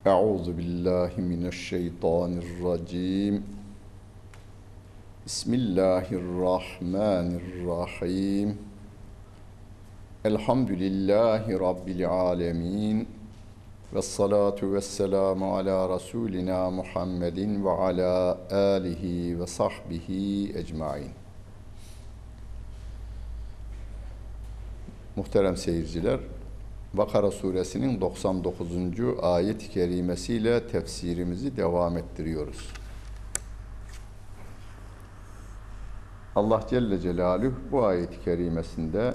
Euzu billahi mineşşeytanirracim. Bismillahirrahmanirrahim. Elhamdülillahi Rabbil alemin. Vessalatu vesselamu ala Resulina Muhammedin ve ala alihi ve sahbihi ecmain. Muhterem seyirciler, Bakara suresinin 99. ayet-i kerimesiyle tefsirimizi devam ettiriyoruz. Allah Celle Celaluhu bu ayet-i kerimesinde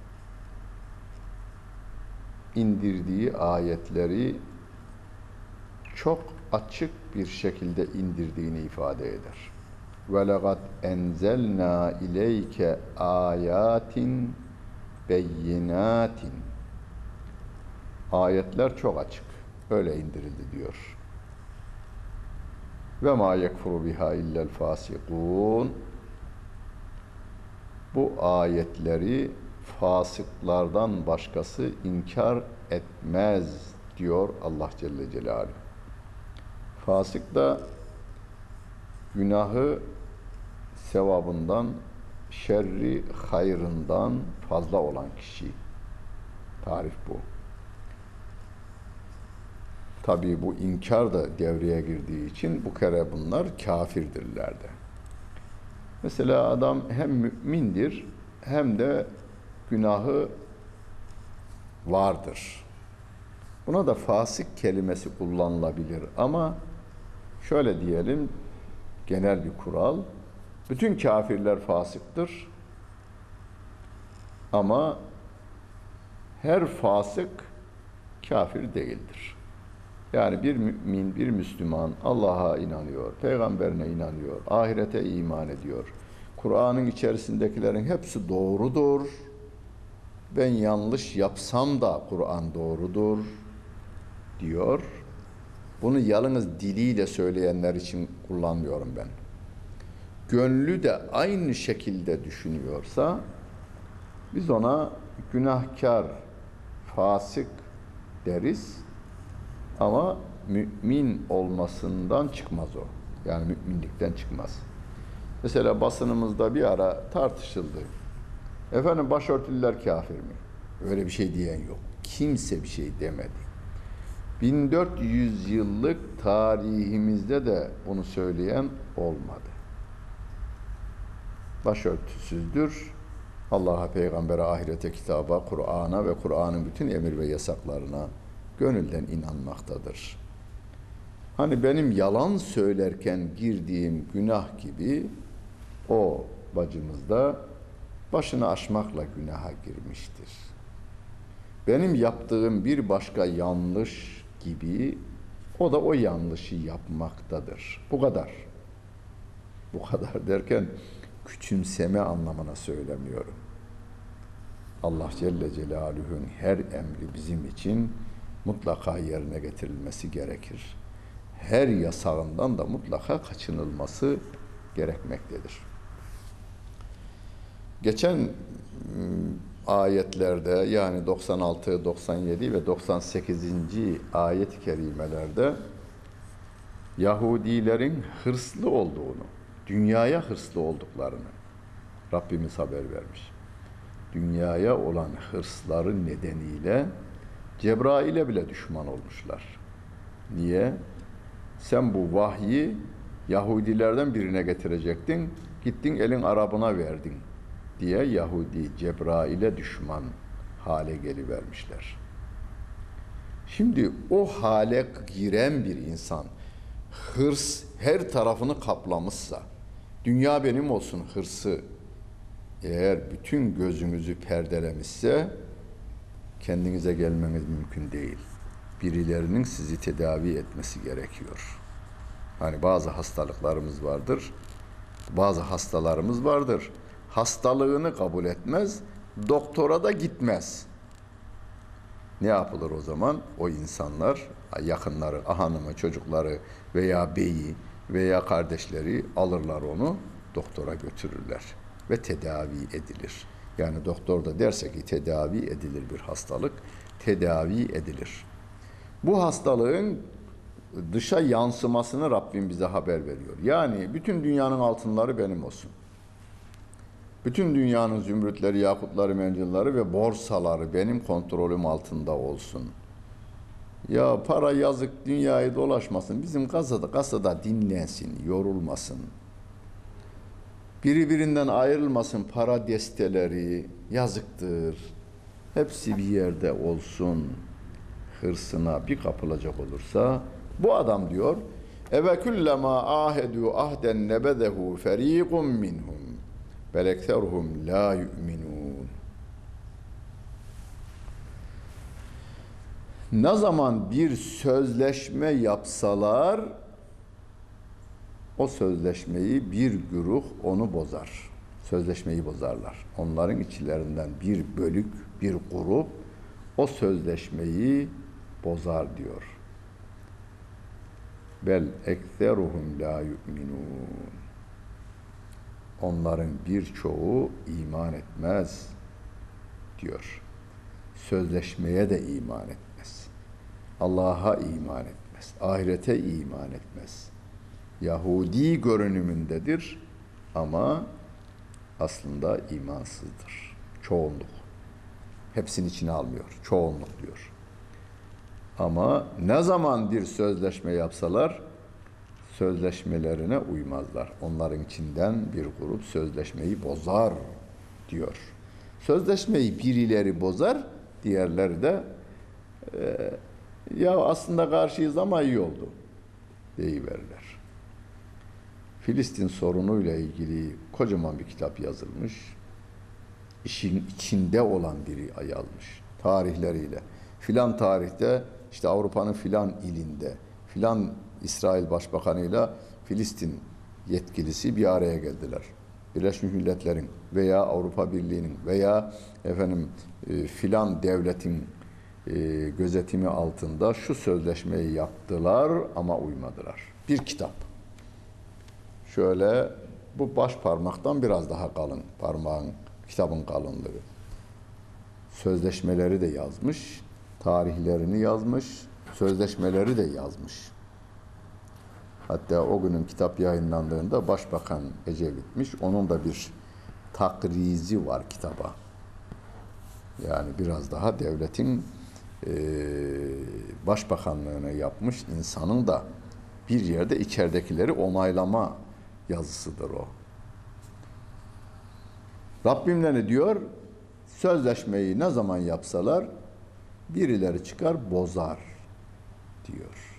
indirdiği ayetleri çok açık bir şekilde indirdiğini ifade eder. وَلَقَدْ اَنْزَلْنَا اِلَيْكَ آيَاتٍ بَيِّنَاتٍ. Ayetler çok açık. Öyle indirildi diyor. Ve ma yekfuru biha illel fasikun. Bu ayetleri fasıklardan başkası inkar etmez diyor Allah Celle Celaluhu. Fasık da günahı sevabından, şerri hayrından fazla olan kişi. Tarif bu. Tabii bu inkar da devreye girdiği için bu kere bunlar kafirdirler de. Mesela adam hem mümindir hem de günahı vardır. Buna da fasık kelimesi kullanılabilir ama şöyle diyelim, genel bir kural. Bütün kafirler fasıktır ama her fasık kafir değildir. Yani bir mümin, bir Müslüman Allah'a inanıyor, peygamberine inanıyor, ahirete iman ediyor. Kur'an'ın içerisindekilerin hepsi doğrudur. Ben yanlış yapsam da Kur'an doğrudur diyor. Bunu yalnız diliyle söyleyenler için kullanmıyorum ben. Gönlü de aynı şekilde düşünüyorsa biz ona günahkar, fasık deriz. Ama mümin olmasından çıkmaz o. Yani müminlikten çıkmaz. Mesela basınımızda bir ara tartışıldı. Efendim başörtülüler kafir mi? Öyle bir şey diyen yok. Kimse bir şey demedi. 1400 yıllık tarihimizde de bunu söyleyen olmadı. Başörtüsüzdür. Allah'a, peygambere, ahirete, kitaba, Kur'an'a ve Kur'an'ın bütün emir ve yasaklarına gönülden inanmaktadır. Hani benim yalan söylerken girdiğim günah gibi o bacımız da başını aşmakla günaha girmiştir. Benim yaptığım bir başka yanlış gibi o da o yanlışı yapmaktadır. Bu kadar. Bu kadar derken küçümseme anlamına söylemiyorum. Allah Celle Celaluhu'nun her emri bizim için mutlaka yerine getirilmesi gerekir. Her yasağından da mutlaka kaçınılması gerekmektedir. Geçen ayetlerde yani 96, 97 ve 98. ayet-i kerimelerde Yahudilerin hırslı olduğunu, dünyaya hırslı olduklarını Rabbimiz haber vermiş. Dünyaya olan hırsları nedeniyle Cebrail'e bile düşman olmuşlar. Niye? Sen bu vahyi Yahudilerden birine getirecektin, gittin elin Arap'ına verdin diye Yahudi Cebrail'e düşman hale gelivermişler. Şimdi o hale giren bir insan, hırs her tarafını kaplamışsa, dünya benim olsun hırsı eğer bütün gözünüzü perdelemişse, kendinize gelmeniz mümkün değil. Birilerinin sizi tedavi etmesi gerekiyor. Hani bazı hastalıklarımız vardır, bazı hastalarımız vardır. Hastalığını kabul etmez, doktora da gitmez. Ne yapılır o zaman? O insanlar, yakınları, hanımı, çocukları veya beyi veya kardeşleri alırlar onu, doktora götürürler ve tedavi edilir. Yani doktor da derse ki tedavi edilir bir hastalık, tedavi edilir. Bu hastalığın dışa yansımasını Rabbim bize haber veriyor. Yani bütün dünyanın altınları benim olsun. Bütün dünyanın zümrütleri, yakutları, mencilleri ve borsaları benim kontrolüm altında olsun. Ya para yazık, dünyayı dolaşmasın. Bizim kasada dinlensin, yorulmasın. Biri birinden ayrılmasın, para desteleri yazıktır. Hepsi bir yerde olsun. Hırsına bir kapılacak olursa bu adam diyor eve kullama ahedu ahden nebedehu feriqun minhum bel ekseruhum la yu'minun. Ne zaman bir sözleşme yapsalar o sözleşmeyi bir güruh onu bozar. Sözleşmeyi bozarlar. Onların içlerinden bir bölük, bir grup o sözleşmeyi bozar diyor. Bel ekseruhum la yu'minun. Onların birçoğu iman etmez diyor. Sözleşmeye de iman etmez. Allah'a iman etmez. Ahirete iman etmez. Yahudi görünümündedir ama aslında imansızdır. Çoğunluk. Hepsini içine almıyor. Çoğunluk diyor. Ama ne zaman bir sözleşme yapsalar sözleşmelerine uymazlar. Onların içinden bir grup sözleşmeyi bozar diyor. Sözleşmeyi birileri bozar, diğerleri de ya aslında karşıyız ama iyi oldu deyiverirler. Filistin sorunuyla ilgili kocaman bir kitap yazılmış. İşin içinde olan biri yazmış. Tarihleriyle. Filan tarihte işte Avrupa'nın filan ilinde filan İsrail Başbakanıyla Filistin yetkilisi bir araya geldiler. Birleşmiş Milletler'in veya Avrupa Birliği'nin veya filan devletin gözetimi altında şu sözleşmeyi yaptılar ama uymadılar. Bir kitap. Şöyle bu baş parmaktan biraz daha kalın parmağın, kitabın kalınlığı. Sözleşmeleri de yazmış, tarihlerini yazmış, sözleşmeleri de yazmış. Hatta o günün kitap yayınlandığında Başbakan Ecevit'miş, onun da bir takrizi var kitaba. Yani biraz daha devletin başbakanlığını yapmış insanın da bir yerde içeridekileri onaylama yazısıdır o. Rabbim ne diyor? Sözleşmeyi ne zaman yapsalar birileri çıkar bozar diyor.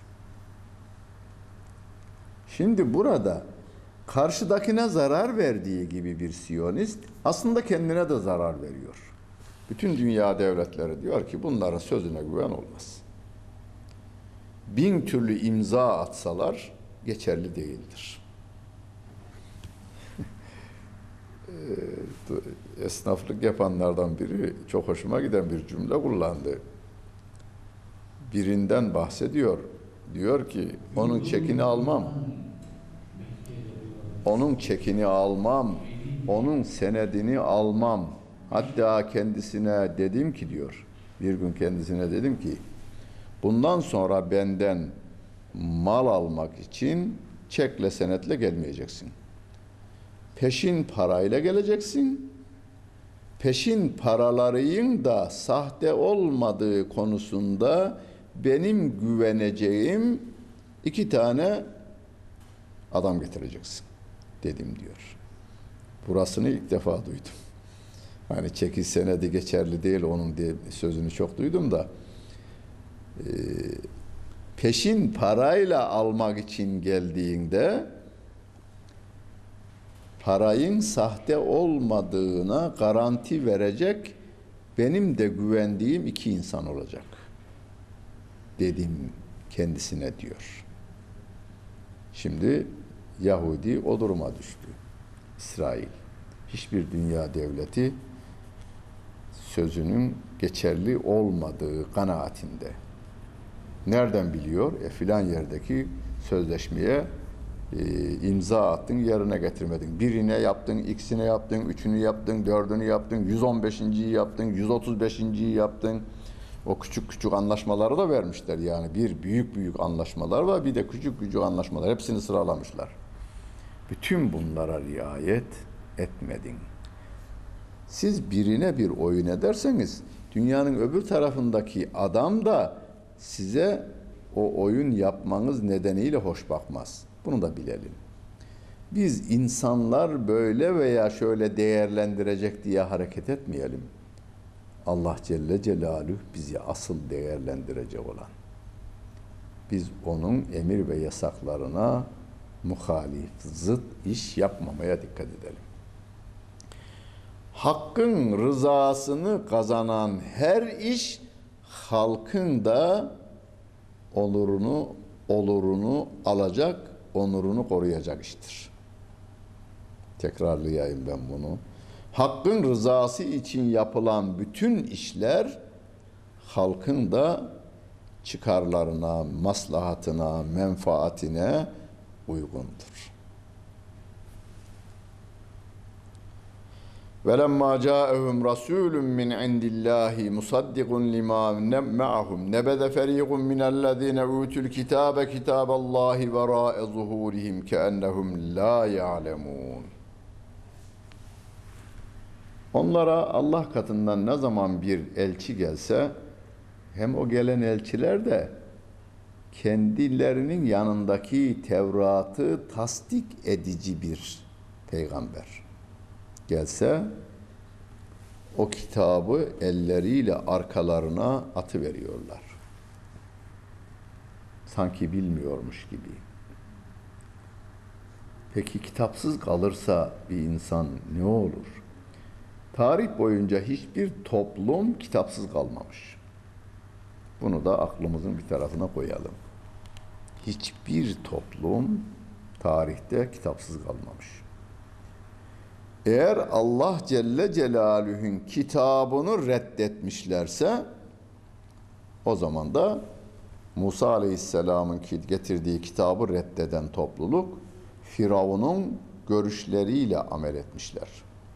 Şimdi burada karşıdakine zarar verdiği gibi bir Siyonist aslında kendine de zarar veriyor. Bütün dünya devletleri diyor ki bunların sözüne güven olmaz. 1000 türlü imza atsalar geçerli değildir. Esnaflık yapanlardan biri çok hoşuma giden bir cümle kullandı. Birinden bahsediyor. Diyor ki onun çekini almam. Onun çekini almam. Onun senedini almam. Hatta kendisine dedim ki diyor. Bir gün kendisine dedim ki bundan sonra benden mal almak için çekle senetle gelmeyeceksin. Peşin parayla geleceksin. Peşin paraların da sahte olmadığı konusunda benim güveneceğim 2 tane adam getireceksin dedim diyor. Burasını ilk defa duydum. Hani çeki senedi geçerli değil onun diye sözünü çok duydum da peşin parayla almak için geldiğinde parayın sahte olmadığına garanti verecek benim de güvendiğim 2 insan olacak dedim kendisine diyor. Şimdi Yahudi o duruma düştü. İsrail. Hiçbir dünya devleti sözünün geçerli olmadığı kanaatinde. Nereden biliyor? Filan yerdeki sözleşmeye imza attın, yerine getirmedin. Birine yaptın, ikisine yaptın, üçünü yaptın, dördünü yaptın, 115.yi yaptın, 135.yi yaptın. O küçük küçük anlaşmaları da vermişler. Yani bir büyük büyük anlaşmalar var, bir de küçük küçük anlaşmalar. Hepsini sıralamışlar. Bütün bunlara riayet etmedin. Siz birine bir oyun ederseniz, dünyanın öbür tarafındaki adam da size o oyun yapmanız nedeniyle hoş bakmaz. Bunu da bilelim. Biz insanlar böyle veya şöyle değerlendirecek diye hareket etmeyelim. Allah Celle Celaluhu bizi asıl değerlendirecek olan. Biz onun emir ve yasaklarına muhalif, zıt iş yapmamaya dikkat edelim. Hakkın rızasını kazanan her iş halkın da olurunu alacak, onurunu koruyacak iştir. Tekrarlayayım ben bunu. Hakkın rızası için yapılan bütün işler halkın da çıkarlarına, maslahatına, menfaatine uygundur. وَلَمَّا جَاءَهُمْ رَسُولٌ مِّنْ عِنْدِ اللّٰهِ مُصَدِّقٌ لِمَا مَعَهُمْ نَبَذَ فَرِيقٌ مِّنَ الَّذ۪ينَ اُوتُوا الْكِتَابَ كِتَابَ اللّٰهِ وَرَاءَ ظُهُورِهِمْ كَأَنَّهُمْ لَا يَعْلَمُونَ. Onlara Allah katından ne zaman bir elçi gelse, hem o gelen elçiler de kendilerinin yanındaki Tevrat'ı tasdik edici bir peygamber gelse, o kitabı elleriyle arkalarına atıveriyorlar. Sanki bilmiyormuş gibi. Peki kitapsız kalırsa bir insan ne olur? Tarih boyunca hiçbir toplum kitapsız kalmamış. Bunu da aklımızın bir tarafına koyalım. Hiçbir toplum tarihte kitapsız kalmamış. Eğer Allah Celle Celaluhu'nun kitabını reddetmişlerse, o zaman da Musa Aleyhisselam'ın getirdiği kitabı reddeden topluluk Firavun'un görüşleriyle amel etmişler.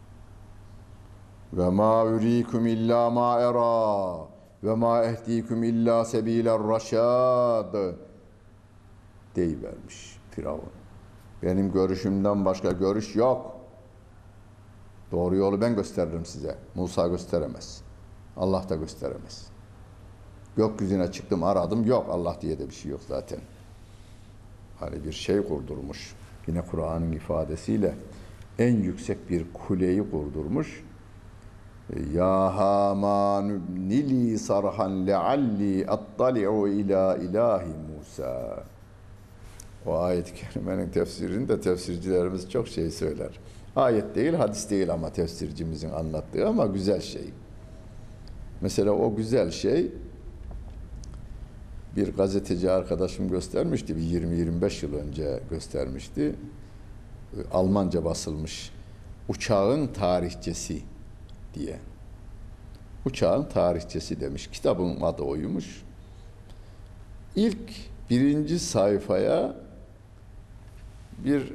Ve ma uriikum illa ma era ve ma ehdikum illa sebiler raşad deyivermiş Firavun. Benim görüşümden başka görüş yok. Doğru yolu ben gösteririm size. Musa gösteremez. Allah da gösteremez. Gökyüzüne çıktım aradım. Yok, Allah diye de bir şey yok zaten. Hani bir şey kurdurmuş. Yine Kur'an'ın ifadesiyle en yüksek bir kuleyi kurdurmuş. Ya Haman nili sarhan lealli attali'u ila ilahi Musa. O ayet-i kerimenin tefsirini de tefsircilerimiz çok şey söyler. Ayet değil, hadis değil ama tefsircimizin anlattığı, ama güzel şey. Mesela o güzel şey bir gazeteci arkadaşım göstermişti, bir 20-25 yıl önce göstermişti. Almanca basılmış Uçağın Tarihçesi diye. Uçağın Tarihçesi demiş. Kitabın adı oymuş. İlk birinci sayfaya bir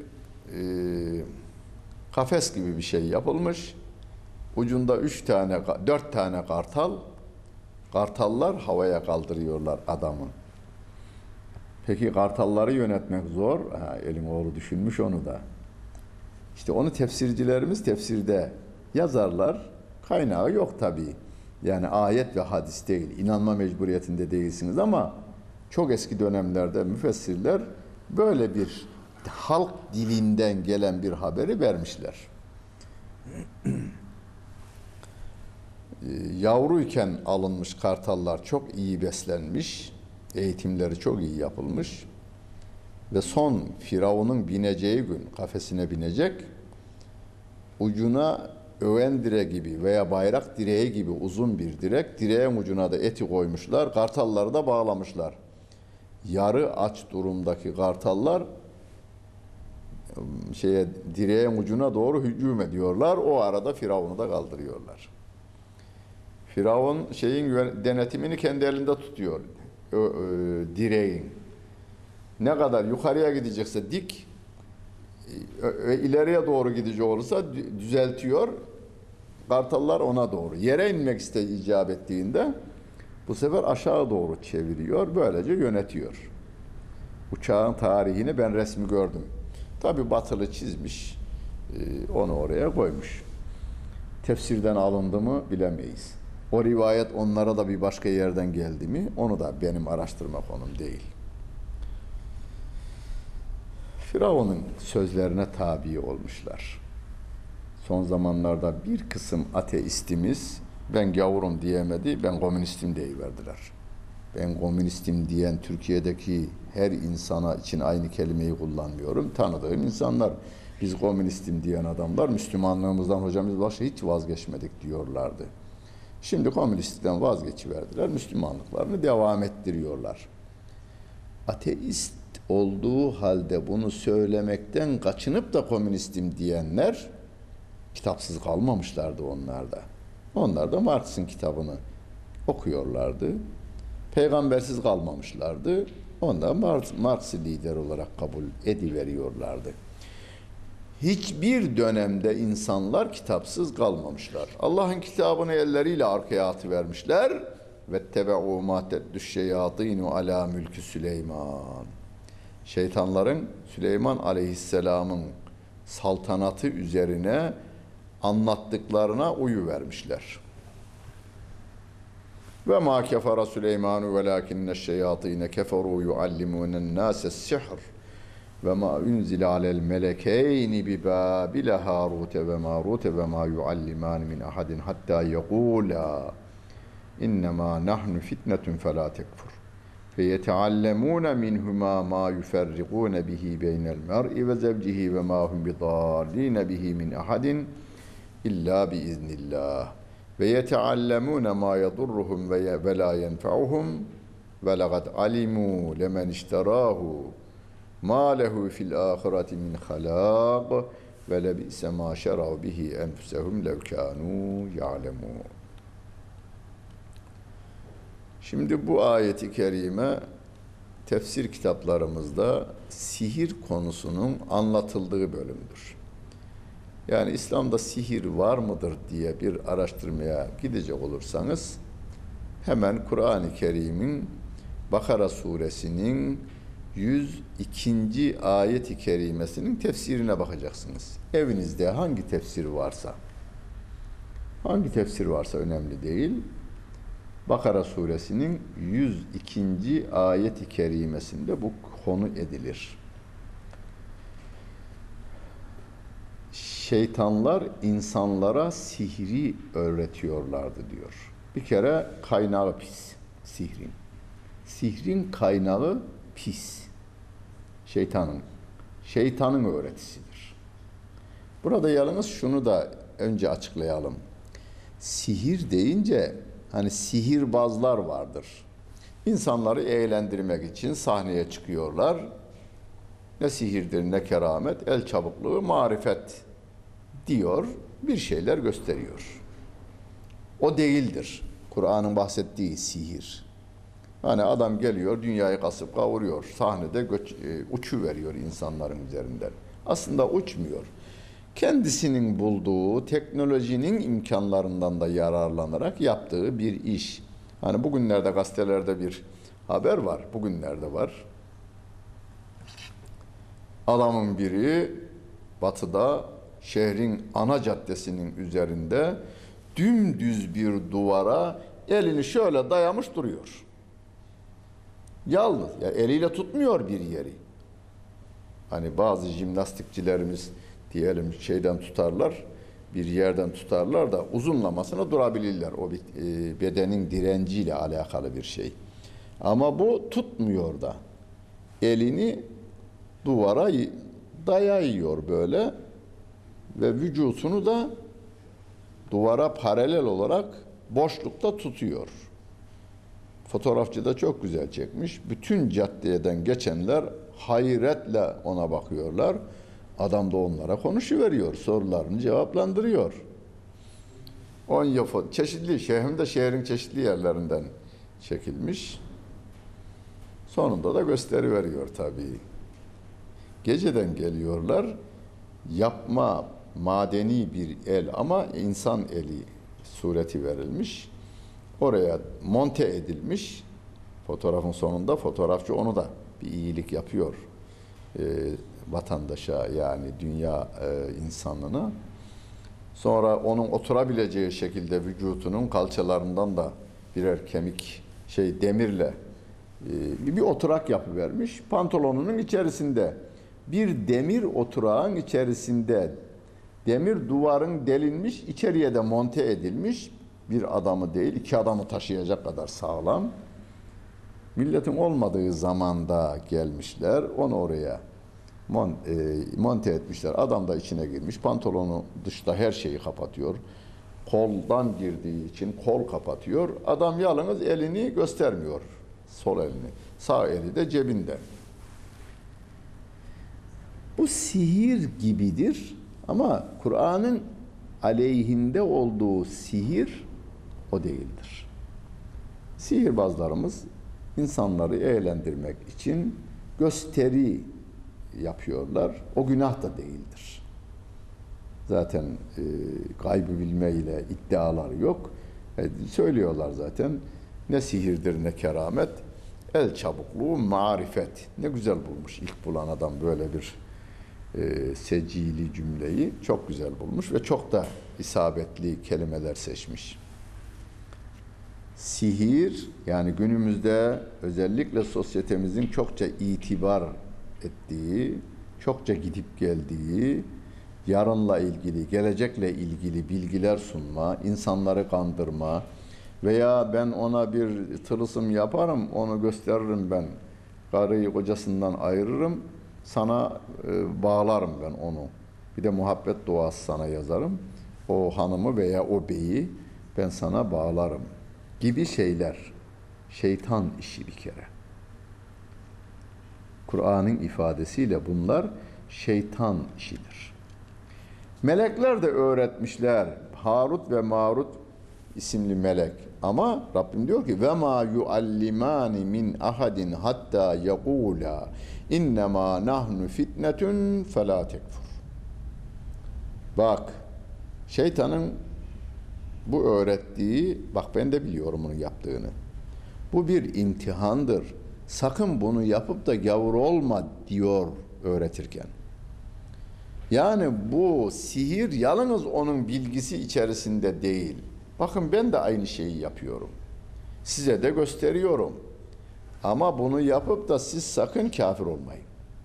kafes gibi bir şey yapılmış. Ucunda 4 tane kartal. Kartallar havaya kaldırıyorlar adamı. Peki kartalları yönetmek zor. Elin oğlu düşünmüş onu da. İşte onu tefsircilerimiz tefsirde yazarlar. Kaynağı yok tabii. Yani ayet ve hadis değil. İnanma mecburiyetinde değilsiniz ama çok eski dönemlerde müfessirler böyle bir halk dilinden gelen bir haberi vermişler. Yavruyken alınmış kartallar çok iyi beslenmiş, eğitimleri çok iyi yapılmış ve son Firavun'un bineceği gün kafesine binecek, ucuna öven direk gibi veya bayrak direği gibi uzun bir direk, direğin ucuna da eti koymuşlar, kartalları da bağlamışlar. Yarı aç durumdaki kartallar direğin ucuna doğru hücum ediyorlar. O arada Firavun'u da kaldırıyorlar. Firavun denetimini kendi elinde tutuyor. Direğin. Ne kadar yukarıya gidecekse dik, ileriye doğru gidecek olursa düzeltiyor. Kartallar ona doğru. Yere inmek icap ettiğinde Bu sefer aşağı doğru çeviriyor, böylece yönetiyor. Uçağın tarihini ben resmi gördüm. Tabi batılı çizmiş, onu oraya koymuş. Tefsirden alındı mı bilemeyiz. O rivayet onlara da bir başka yerden geldi mi, onu da benim araştırma konum değil. Firavun'un sözlerine tabi olmuşlar. Son zamanlarda bir kısım ateistimiz ben gavurum diyemedi, ben komünistim deyiverdiler. Ben komünistim diyen Türkiye'deki her insana için aynı kelimeyi kullanmıyorum. Tanıdığım insanlar, biz komünistim diyen adamlar Müslümanlığımızdan hocam biz başka hiç vazgeçmedik diyorlardı. Şimdi komünistlikten vazgeçiverdiler, Müslümanlıklarını devam ettiriyorlar. Ateist olduğu halde bunu söylemekten kaçınıp da komünistim diyenler kitapsız kalmamışlardı onlar da. Onlar da Marx'ın kitabını okuyorlardı. Peygambersiz kalmamışlardı. Onlar Marx'ı lider olarak kabul ediveriyorlardı. Hiçbir dönemde insanlar kitapsız kalmamışlar. Allah'ın kitabını elleriyle arkaya atıvermişler. وَاتَّبَعُوا مَا تَتْلُ الشَّيَاطِينُ عَلَى مُلْكِ Süleyman. Şeytanların Süleyman Aleyhisselam'ın saltanatı üzerine anlattıklarına uyuvermişler. Ve ma kefara Süleymanu velakinne'ş-şeyatîne keferû yuallimûne'n-nâse's-sihr ve ma unzile alel melekeyni bi Bâbile Hârûte ve Mârûte ve ma yuallimân min ahadin hattâ yekûlâ innemâ nahnu fitnetun felâ tekfur feyeteallemûne minhumâ mâ yuferrigûne bihi beynel mer'i ve zevcihi ve mâ hum bidâllîne bihi min ahadin illa biiznillah ve yeteallemûne mâ yedurruhum ve lâ yenfe'uhum ve laqad alimû lemen işterâhu mâ lehu fil âhireti min halâq ve lebi'se mâ şerav bihi enfusehum lev kânû ya'lemûn. Şimdi bu ayeti kerime tefsir kitaplarımızda sihir konusunun anlatıldığı bölümdür. Yani İslam'da sihir var mıdır diye bir araştırmaya gidecek olursanız hemen Kur'an-ı Kerim'in Bakara suresinin 102. ayet-i kerimesinin tefsirine bakacaksınız. Evinizde hangi tefsir varsa önemli değil. Bakara suresinin 102. ayet-i kerimesinde bu konu edilir. Şeytanlar insanlara sihri öğretiyorlardı diyor. Bir kere kaynağı pis sihrin. Sihrin kaynağı pis. Şeytanın öğretisidir. Burada yalnız şunu da önce açıklayalım. Sihir deyince hani sihirbazlar vardır. İnsanları eğlendirmek için sahneye çıkıyorlar. Ne sihirdir ne keramet, el çabukluğu, marifet diyor, bir şeyler gösteriyor. O değildir Kur'an'ın bahsettiği sihir. Hani adam geliyor, dünyayı kasıp kavuruyor, sahnede uçuveriyor insanların üzerinden. Aslında uçmuyor. Kendisinin bulduğu teknolojinin imkanlarından da yararlanarak yaptığı bir iş. Hani bugünlerde gazetelerde bir haber var, bugünlerde var. Adamın biri batıda şehrin ana caddesinin üzerinde dümdüz bir duvara elini şöyle dayamış duruyor. Yalnız, ya eliyle tutmuyor bir yeri. Hani bazı jimnastikçilerimiz diyelim şeyden tutarlar, bir yerden tutarlar da uzunlamasına durabilirler. O bedenin direnciyle alakalı bir şey. Ama bu tutmuyor da. Elini duvara dayayıyor böyle ve vücudunu da duvara paralel olarak boşlukta tutuyor. Fotoğrafçı da çok güzel çekmiş. Bütün caddeden geçenler hayretle ona bakıyorlar. Adam da onlara konuşuveriyor, sorularını cevaplandırıyor. Çeşitli, hem de şehrin çeşitli yerlerinden çekilmiş. Sonunda da gösteri veriyor tabii. Geceden geliyorlar, yapma madeni bir el ama insan eli sureti verilmiş. oraya monte edilmiş. Fotoğrafın sonunda fotoğrafçı onu da bir iyilik yapıyor. Vatandaşa, yani dünya insanına. Sonra onun oturabileceği şekilde vücutunun kalçalarından da birer kemik demirle bir oturak yapıvermiş. Pantolonunun içerisinde bir demir oturağın içerisinde demir duvarın delinmiş, içeriye de monte edilmiş, bir adamı değil 2 adamı taşıyacak kadar sağlam. Milletin olmadığı zamanda gelmişler, onu oraya monte etmişler. Adam da içine girmiş. Pantolonu dışta her şeyi kapatıyor. Koldan girdiği için kol kapatıyor. Adam yalnız elini göstermiyor. Sol elini. Sağ eli de cebinde. Bu sihir gibidir ama Kur'an'ın aleyhinde olduğu sihir o değildir. Sihirbazlarımız insanları eğlendirmek için gösteri yapıyorlar. O günah da değildir. Zaten gaybı bilmeyle iddiaları yok. Söylüyorlar zaten. Ne sihirdir ne keramet. El çabukluğu marifet. Ne güzel bulmuş ilk bulan adam böyle bir secili cümleyi. Çok güzel bulmuş ve çok da isabetli kelimeler seçmiş. Sihir, yani günümüzde özellikle sosyetemizin çokça itibar ettiği, çokça gidip geldiği, yarınla ilgili, gelecekle ilgili bilgiler sunma, insanları kandırma veya ben ona bir tılsım yaparım, onu gösteririm ben, karıyı kocasından ayırırım, sana bağlarım ben onu. Bir de muhabbet duası sana yazarım. O hanımı veya o beyi ben sana bağlarım gibi şeyler. Şeytan işi bir kere. Kur'an'ın ifadesiyle bunlar şeytan işidir. Melekler de öğretmişler. Harut ve Marut isimli melek. Ama Rabbim diyor ki ve ma yuallimani min ahadin hatta yekula innema nahnu fitnetun fela tekfur. Bak, şeytanın bu öğrettiği, bak ben de biliyorum bunu yaptığını. Bu bir imtihandır. Sakın bunu yapıp da gavur olma diyor öğretirken. Yani bu sihir yalnız onun bilgisi içerisinde değil. Bakın ben de aynı şeyi yapıyorum. Size de gösteriyorum. Ama bunu yapıp da siz sakın kafir olmayın.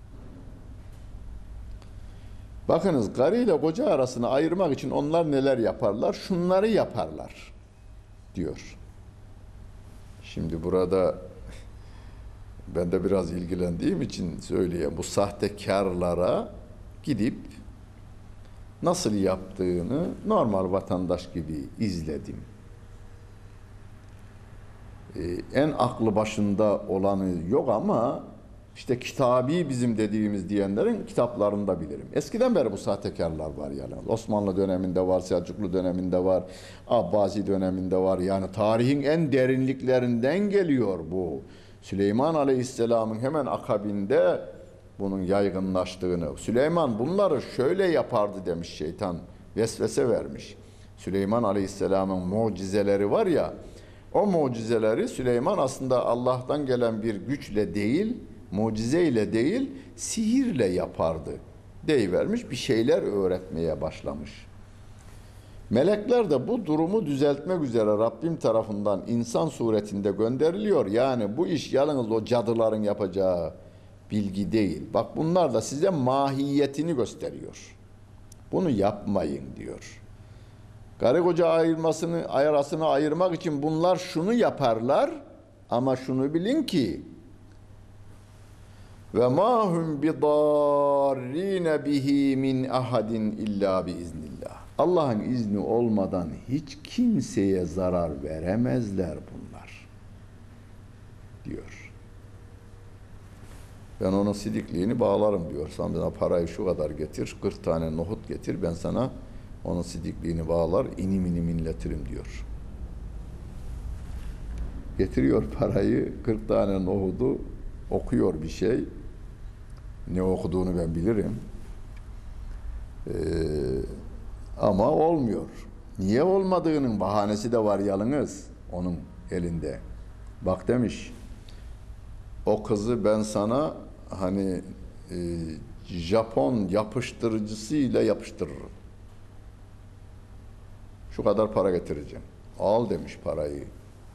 Bakınız, karı ile koca arasını ayırmak için onlar neler yaparlar? Şunları yaparlar diyor. Şimdi burada ben de biraz ilgilendiğim için söyleyeyim. Bu sahtekarlara gidip nasıl yaptığını normal vatandaş gibi izledim. En aklı başında olanı yok ama işte kitabi bizim dediğimiz diyenlerin kitaplarında bilirim. Eskiden beri bu sahtekarlar var yani. Osmanlı döneminde var, Selçuklu döneminde var, Abbasi döneminde var. Yani tarihin en derinliklerinden geliyor bu. Süleyman Aleyhisselam'ın hemen akabinde bunun yaygınlaştığını, Süleyman bunları şöyle yapardı demiş şeytan, vesvese vermiş. Süleyman Aleyhisselam'ın mucizeleri var ya, o mucizeleri Süleyman aslında Allah'tan gelen bir güçle değil, mucizeyle değil, sihirle yapardı deyivermiş, bir şeyler öğretmeye başlamış. Melekler de bu durumu düzeltmek üzere Rabbim tarafından insan suretinde gönderiliyor. Yani bu iş yalnız o cadıların yapacağı bilgi değil. Bak bunlar da size mahiyetini gösteriyor. Bunu yapmayın diyor. Karı koca arasını ayırmak için bunlar şunu yaparlar ama şunu bilin ki ve ma hum bidarrine bihi min ahadin illa biiznillah. Allah'ın izni olmadan hiç kimseye zarar veremezler bunlar diyor. Ben onun sidikliğini bağlarım diyor. Sen bana parayı şu kadar getir, 40 tane nohut getir, ben sana onun sidikliğini bağlar, inim inim inletirim diyor. Getiriyor parayı, 40 tane nohudu, okuyor bir şey. Ne okuduğunu ben bilirim. Ama olmuyor. Niye olmadığının bahanesi de var yalnız. onun elinde. Bak demiş, o kızı ben sana hani Japon yapıştırıcısıyla yapıştırırım. Şu kadar para getireceğim. Al demiş parayı.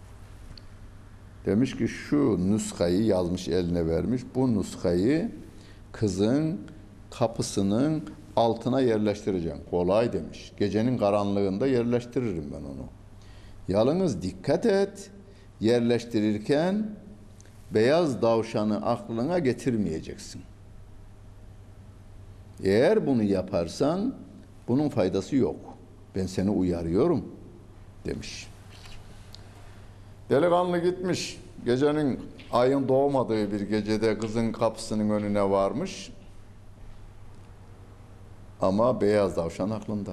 Demiş ki şu nuskayı yazmış, eline vermiş. Bu nuskayı kızın kapısının altına yerleştireceğim. Kolay demiş. Gecenin karanlığında yerleştiririm ben onu. Yalnız dikkat et. Yerleştirirken beyaz tavşanı aklına getirmeyeceksin. Eğer bunu yaparsan bunun faydası yok. Ben seni uyarıyorum demiş. Delikanlı gitmiş. Gecenin, ayın doğmadığı bir gecede kızın kapısının önüne varmış. Ama beyaz tavşan aklında.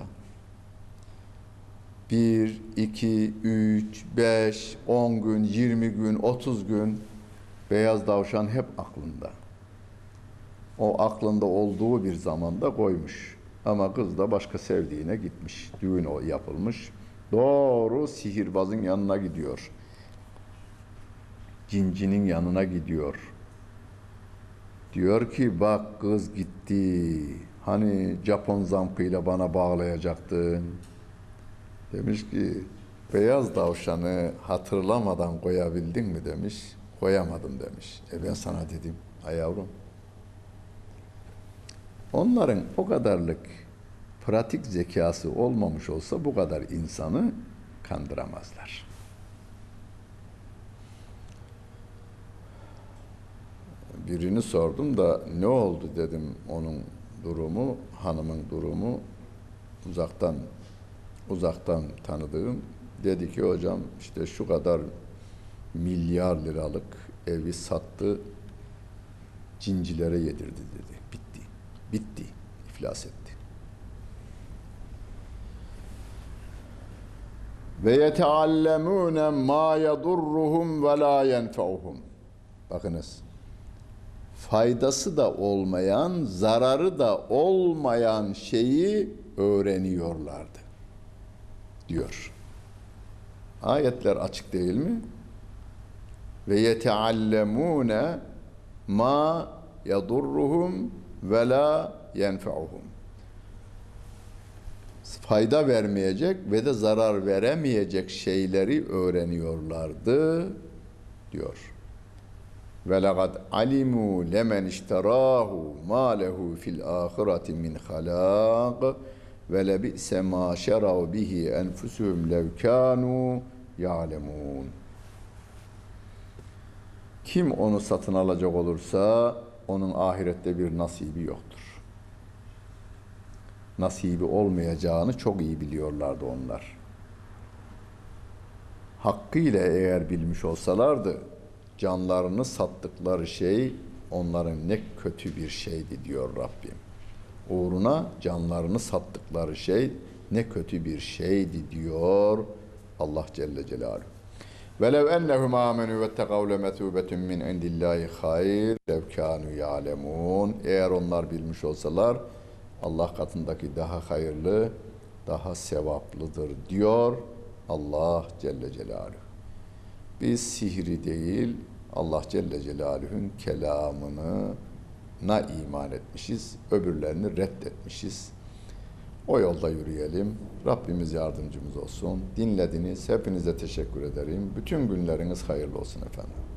1, 2, 3, 5, 10 gün, 20 gün, 30 gün beyaz tavşan hep aklında. O aklında olduğu bir zamanda koymuş. Ama kız da başka sevdiğine gitmiş. Düğün o yapılmış. Doğru sihirbazın yanına gidiyor. Cincinin yanına gidiyor. Diyor ki bak kız gitti. Hani Japon zampıyla bana bağlayacaktın. Demiş ki beyaz tavşanı hatırlamadan koyabildin mi demiş. Koyamadım demiş. Ben sana dedim. Ay yavrum. Onların o kadarlık pratik zekası olmamış olsa bu kadar insanı kandıramazlar. Birini sordum da ne oldu dedim onun durumu, hanımın durumu uzaktan tanıdığım. Dedi ki hocam işte şu kadar milyar liralık evi sattı, cincilere yedirdi dedi. Bitti, iflas etti. Ve yeteallemûne mâ yedurruhum ve lâ yenfe'uhum. Bakınız, faydası da olmayan, zararı da olmayan şeyi öğreniyorlardı diyor. Ayetler açık değil mi? Ve yeteallemûne mâ yedurruhum ve la yenfe'uhum. Fayda vermeyecek ve de zarar veremeyecek şeyleri öğreniyorlardı diyor. Ve laqad alimu lemen işterahu ma lehu fil ahireti min halaq ve lebi'se ma şerav bihi enfusuhum lev kanu ya'lemun. Kim onu satın alacak olursa onun ahirette bir nasibi yoktur. Nasibi olmayacağını çok iyi biliyorlardı onlar. Hakkıyla eğer bilmiş olsalardı, canlarını sattıkları şey onların ne kötü bir şeydi diyor Rabbim. Uğruna canlarını sattıkları şey ne kötü bir şeydi diyor Allah Celle Celaluhu. وَلَوْ اَنَّهُمْ آمَنُوا وَاتَّقَوْا لَمَثُوبَةٌ مِّنْ عِنْدِ اللّٰهِ خَيْرٌ لَوْ كَانُوا يَعْلَمُونَ. Eğer onlar bilmiş olsalar Allah katındaki daha hayırlı, daha sevaplıdır diyor Allah Celle Celaluhu. Biz sihri değil, Allah Celle Celaluhu'nun kelamına iman etmişiz, öbürlerini reddetmişiz. O yolda yürüyelim. Rabbimiz yardımcımız olsun. Dinlediniz. Hepinize teşekkür ederim. Bütün günleriniz hayırlı olsun efendim.